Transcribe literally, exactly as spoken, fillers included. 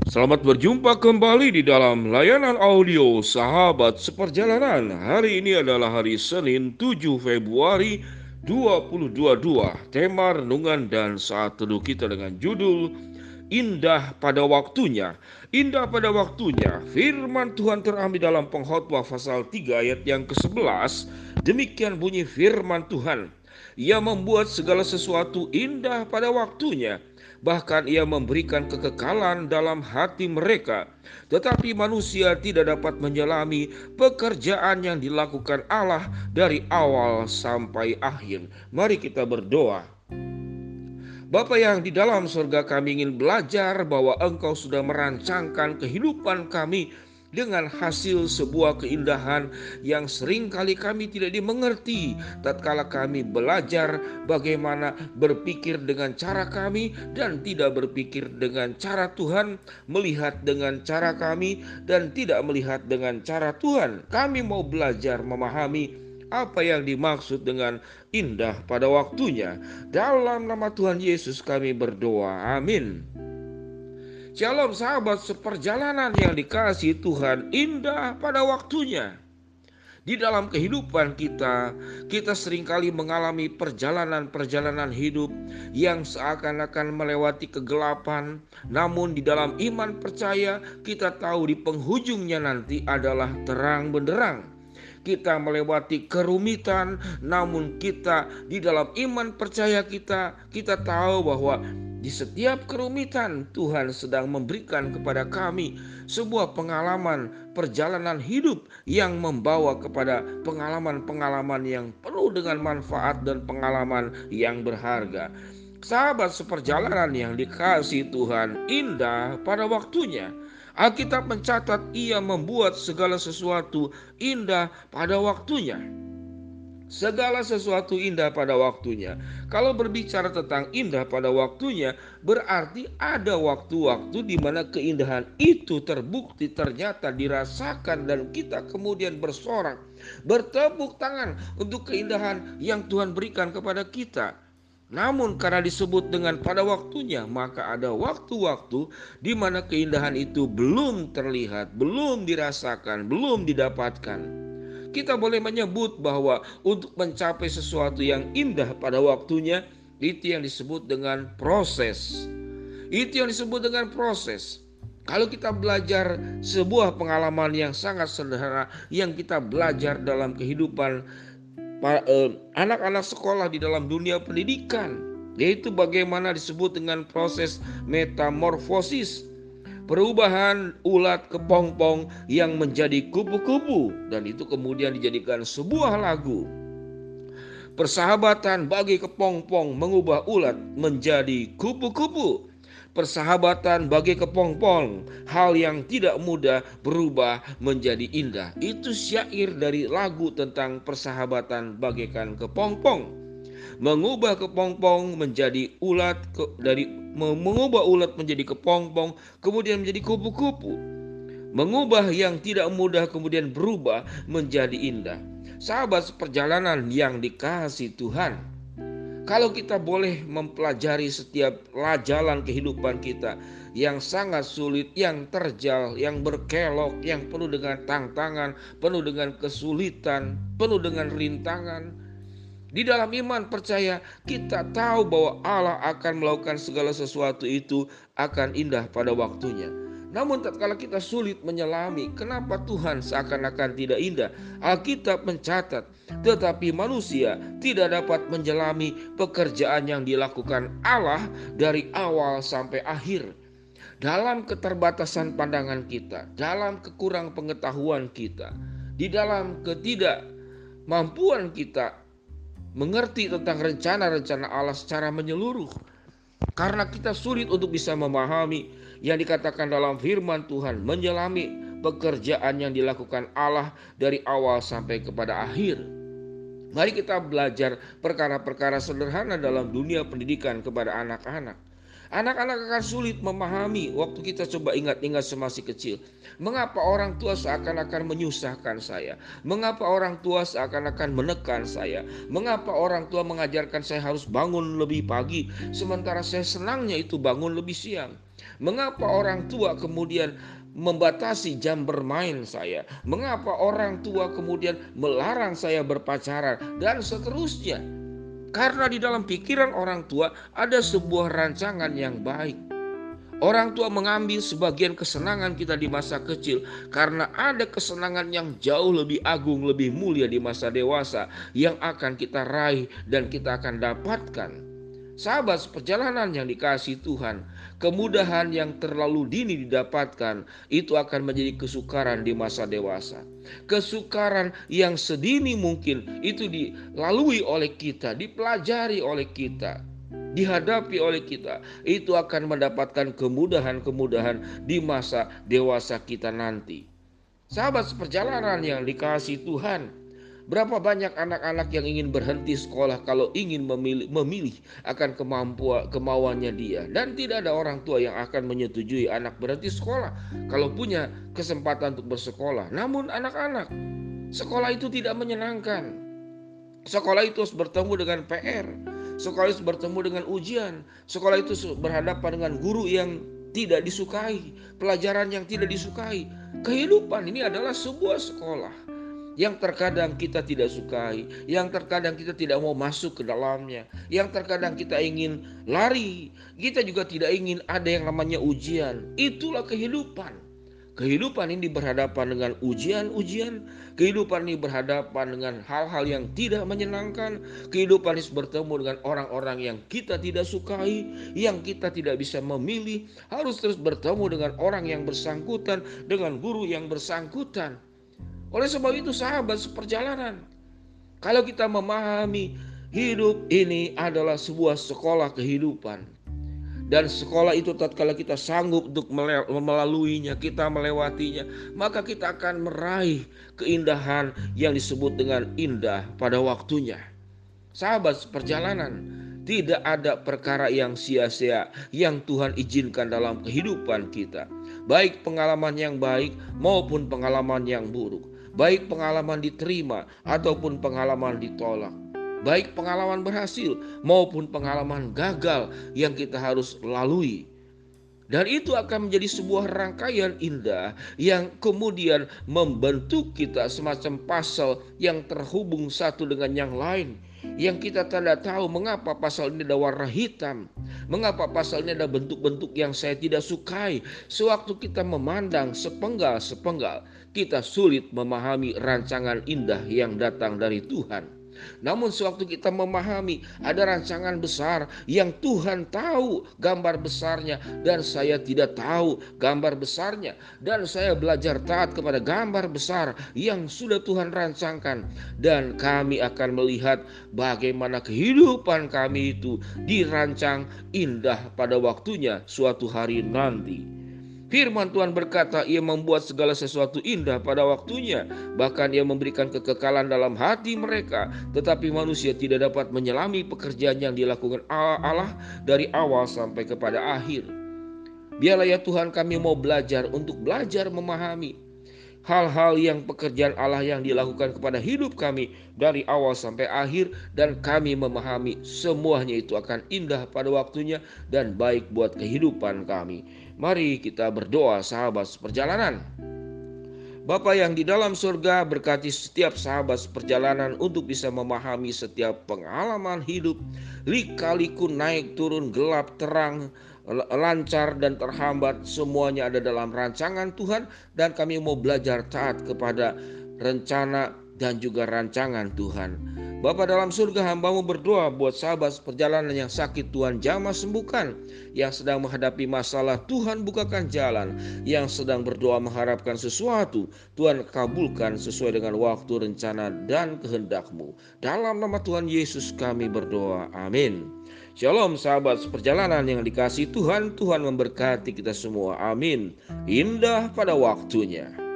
Selamat berjumpa kembali di dalam layanan audio Sahabat Seperjalanan. Hari ini adalah hari Senin tujuh Februari dua ribu dua puluh dua. Tema renungan dan saat teduh kita dengan judul Indah pada waktunya. Indah pada waktunya. Firman Tuhan terambil dalam Pengkhotbah pasal tiga ayat yang kesebelas. Demikian bunyi firman Tuhan. Ia membuat segala sesuatu indah pada waktunya. Bahkan ia memberikan kekekalan dalam hati mereka. Tetapi manusia tidak dapat menyelami pekerjaan yang dilakukan Allah dari awal sampai akhir. Mari kita berdoa. Bapa yang di dalam surga, kami ingin belajar bahwa Engkau sudah merancangkan kehidupan kami dengan hasil sebuah keindahan yang seringkali kami tidak dimengerti tatkala kami belajar bagaimana berpikir dengan cara kami dan tidak berpikir dengan cara Tuhan, melihat dengan cara kami dan tidak melihat dengan cara Tuhan. Kami mau belajar memahami apa yang dimaksud dengan indah pada waktunya. Dalam nama Tuhan Yesus kami berdoa. Amin. Shalom sahabat seperjalanan yang dikasihi Tuhan, indah pada waktunya. Di dalam kehidupan kita, kita seringkali mengalami perjalanan-perjalanan hidup yang seakan-akan melewati kegelapan. Namun di dalam iman percaya, kita tahu di penghujungnya nanti adalah terang benderang. Kita melewati kerumitan, namun kita di dalam iman percaya kita, kita tahu bahwa di setiap kerumitan Tuhan sedang memberikan kepada kami sebuah pengalaman perjalanan hidup yang membawa kepada pengalaman-pengalaman yang penuh dengan manfaat dan pengalaman yang berharga. Sahabat seperjalanan yang dikasihi Tuhan, indah pada waktunya. Alkitab mencatat ia membuat segala sesuatu indah pada waktunya. Segala sesuatu indah pada waktunya. Kalau berbicara tentang indah pada waktunya, berarti ada waktu-waktu di mana keindahan itu terbukti, ternyata dirasakan, dan kita kemudian bersorak, bertepuk tangan untuk keindahan yang Tuhan berikan kepada kita. Namun karena disebut dengan pada waktunya, maka ada waktu-waktu di mana keindahan itu belum terlihat, belum dirasakan, belum didapatkan. Kita boleh menyebut bahwa untuk mencapai sesuatu yang indah pada waktunya, itu yang disebut dengan proses. Itu yang disebut dengan proses. Kalau kita belajar sebuah pengalaman yang sangat sederhana yang kita belajar dalam kehidupan anak-anak sekolah di dalam dunia pendidikan, yaitu bagaimana disebut dengan proses metamorfosis, perubahan ulat kepompong yang menjadi kupu-kupu, dan itu kemudian dijadikan sebuah lagu. Persahabatan bagi kepompong mengubah ulat menjadi kupu-kupu. Persahabatan bagi kepompong, hal yang tidak mudah berubah menjadi indah. Itu syair dari lagu tentang persahabatan bagaikan kepompong. Mengubah kepompong menjadi ulat, ke, dari mengubah ulat menjadi kepompong, kemudian menjadi kupu-kupu. Mengubah yang tidak mudah kemudian berubah menjadi indah. Sahabat seperjalanan yang dikasihi Tuhan, kalau kita boleh mempelajari setiap jalan kehidupan kita yang sangat sulit, yang terjal, yang berkelok, yang penuh dengan tantangan, penuh dengan kesulitan, penuh dengan rintangan, di dalam iman percaya kita tahu bahwa Allah akan melakukan segala sesuatu itu akan indah pada waktunya. Namun tatkala kita sulit menyelami, kenapa Tuhan seakan-akan tidak indah? Alkitab mencatat, tetapi manusia tidak dapat menyelami pekerjaan yang dilakukan Allah dari awal sampai akhir. Dalam keterbatasan pandangan kita, dalam kekurang pengetahuan kita, di dalam ketidakmampuan kita mengerti tentang rencana-rencana Allah secara menyeluruh, karena kita sulit untuk bisa memahami yang dikatakan dalam firman Tuhan, menyelami pekerjaan yang dilakukan Allah dari awal sampai kepada akhir. Mari kita belajar perkara-perkara sederhana dalam dunia pendidikan kepada anak-anak. Anak-anak akan sulit memahami waktu kita coba ingat-ingat semasa kecil. Mengapa orang tua seakan-akan menyusahkan saya? Mengapa orang tua seakan-akan menekan saya? Mengapa orang tua mengajarkan saya harus bangun lebih pagi, sementara saya senangnya itu bangun lebih siang? Mengapa orang tua kemudian membatasi jam bermain saya? Mengapa orang tua kemudian melarang saya berpacaran? Dan seterusnya. Karena di dalam pikiran orang tua ada sebuah rancangan yang baik. Orang tua mengambil sebagian kesenangan kita di masa kecil karena ada kesenangan yang jauh lebih agung, lebih mulia di masa dewasa yang akan kita raih dan kita akan dapatkan. Sahabat seperjalanan yang dikasihi Tuhan, kemudahan yang terlalu dini didapatkan itu akan menjadi kesukaran di masa dewasa. Kesukaran yang sedini mungkin itu dilalui oleh kita, dipelajari oleh kita, dihadapi oleh kita, itu akan mendapatkan kemudahan-kemudahan di masa dewasa kita nanti. Sahabat seperjalanan yang dikasihi Tuhan, berapa banyak anak-anak yang ingin berhenti sekolah kalau ingin memilih, memilih akan kemampuan kemauannya dia, dan tidak ada orang tua yang akan menyetujui anak berhenti sekolah kalau punya kesempatan untuk bersekolah. Namun anak-anak, sekolah itu tidak menyenangkan. Sekolah itu harus bertemu dengan P R, sekolah itu bertemu dengan ujian, sekolah itu berhadapan dengan guru yang tidak disukai, pelajaran yang tidak disukai. Kehidupan ini adalah sebuah sekolah yang terkadang kita tidak sukai, yang terkadang kita tidak mau masuk ke dalamnya, yang terkadang kita ingin lari, kita juga tidak ingin ada yang namanya ujian. Itulah kehidupan. Kehidupan ini berhadapan dengan ujian-ujian, kehidupan ini berhadapan dengan hal-hal yang tidak menyenangkan, kehidupan ini bertemu dengan orang-orang yang kita tidak sukai, yang kita tidak bisa memilih, harus terus bertemu dengan orang yang bersangkutan, dengan guru yang bersangkutan. Oleh sebab itu sahabat seperjalanan, kalau kita memahami hidup ini adalah sebuah sekolah kehidupan, dan sekolah itu tatkala kita sanggup untuk melaluinya, kita melewatinya, maka kita akan meraih keindahan yang disebut dengan indah pada waktunya. Sahabat seperjalanan, tidak ada perkara yang sia-sia yang Tuhan izinkan dalam kehidupan kita, baik pengalaman yang baik maupun pengalaman yang buruk, baik pengalaman diterima ataupun pengalaman ditolak, baik pengalaman berhasil maupun pengalaman gagal yang kita harus lalui. Dan itu akan menjadi sebuah rangkaian indah yang kemudian membentuk kita semacam puzzle yang terhubung satu dengan yang lain, yang kita tidak tahu mengapa pasal ini ada warna hitam, mengapa pasal ini ada bentuk-bentuk yang saya tidak sukai. Sewaktu kita memandang sepenggal-sepenggal, kita sulit memahami rancangan indah yang datang dari Tuhan. Namun sewaktu kita memahami ada rancangan besar yang Tuhan tahu gambar besarnya dan saya tidak tahu gambar besarnya, dan saya belajar taat kepada gambar besar yang sudah Tuhan rancangkan, dan kami akan melihat bagaimana kehidupan kami itu dirancang indah pada waktunya suatu hari nanti. Firman Tuhan berkata, Ia membuat segala sesuatu indah pada waktunya, bahkan Ia memberikan kekekalan dalam hati mereka, tetapi manusia tidak dapat menyelami pekerjaan yang dilakukan Allah dari awal sampai kepada akhir. Biarlah ya Tuhan, kami mau belajar untuk belajar memahami hal-hal yang pekerjaan Allah yang dilakukan kepada hidup kami dari awal sampai akhir, dan kami memahami semuanya itu akan indah pada waktunya dan baik buat kehidupan kami. Mari kita berdoa sahabat seperjalanan. Bapa yang di dalam surga, berkati setiap sahabat seperjalanan untuk bisa memahami setiap pengalaman hidup, lika-liku naik turun, gelap terang, lancar dan terhambat, semuanya ada dalam rancangan Tuhan, dan kami mau belajar taat kepada rencana dan juga rancangan Tuhan. Bapa dalam surga, hamba-Mu berdoa buat sahabat perjalanan yang sakit, Tuhan jamah sembuhkan, yang sedang menghadapi masalah Tuhan bukakan jalan, yang sedang berdoa mengharapkan sesuatu Tuhan kabulkan sesuai dengan waktu, rencana dan kehendak-Mu. Dalam nama Tuhan Yesus kami berdoa, amin. Shalom sahabat seperjalanan yang dikasihi Tuhan, Tuhan memberkati kita semua, amin. Indah pada waktunya.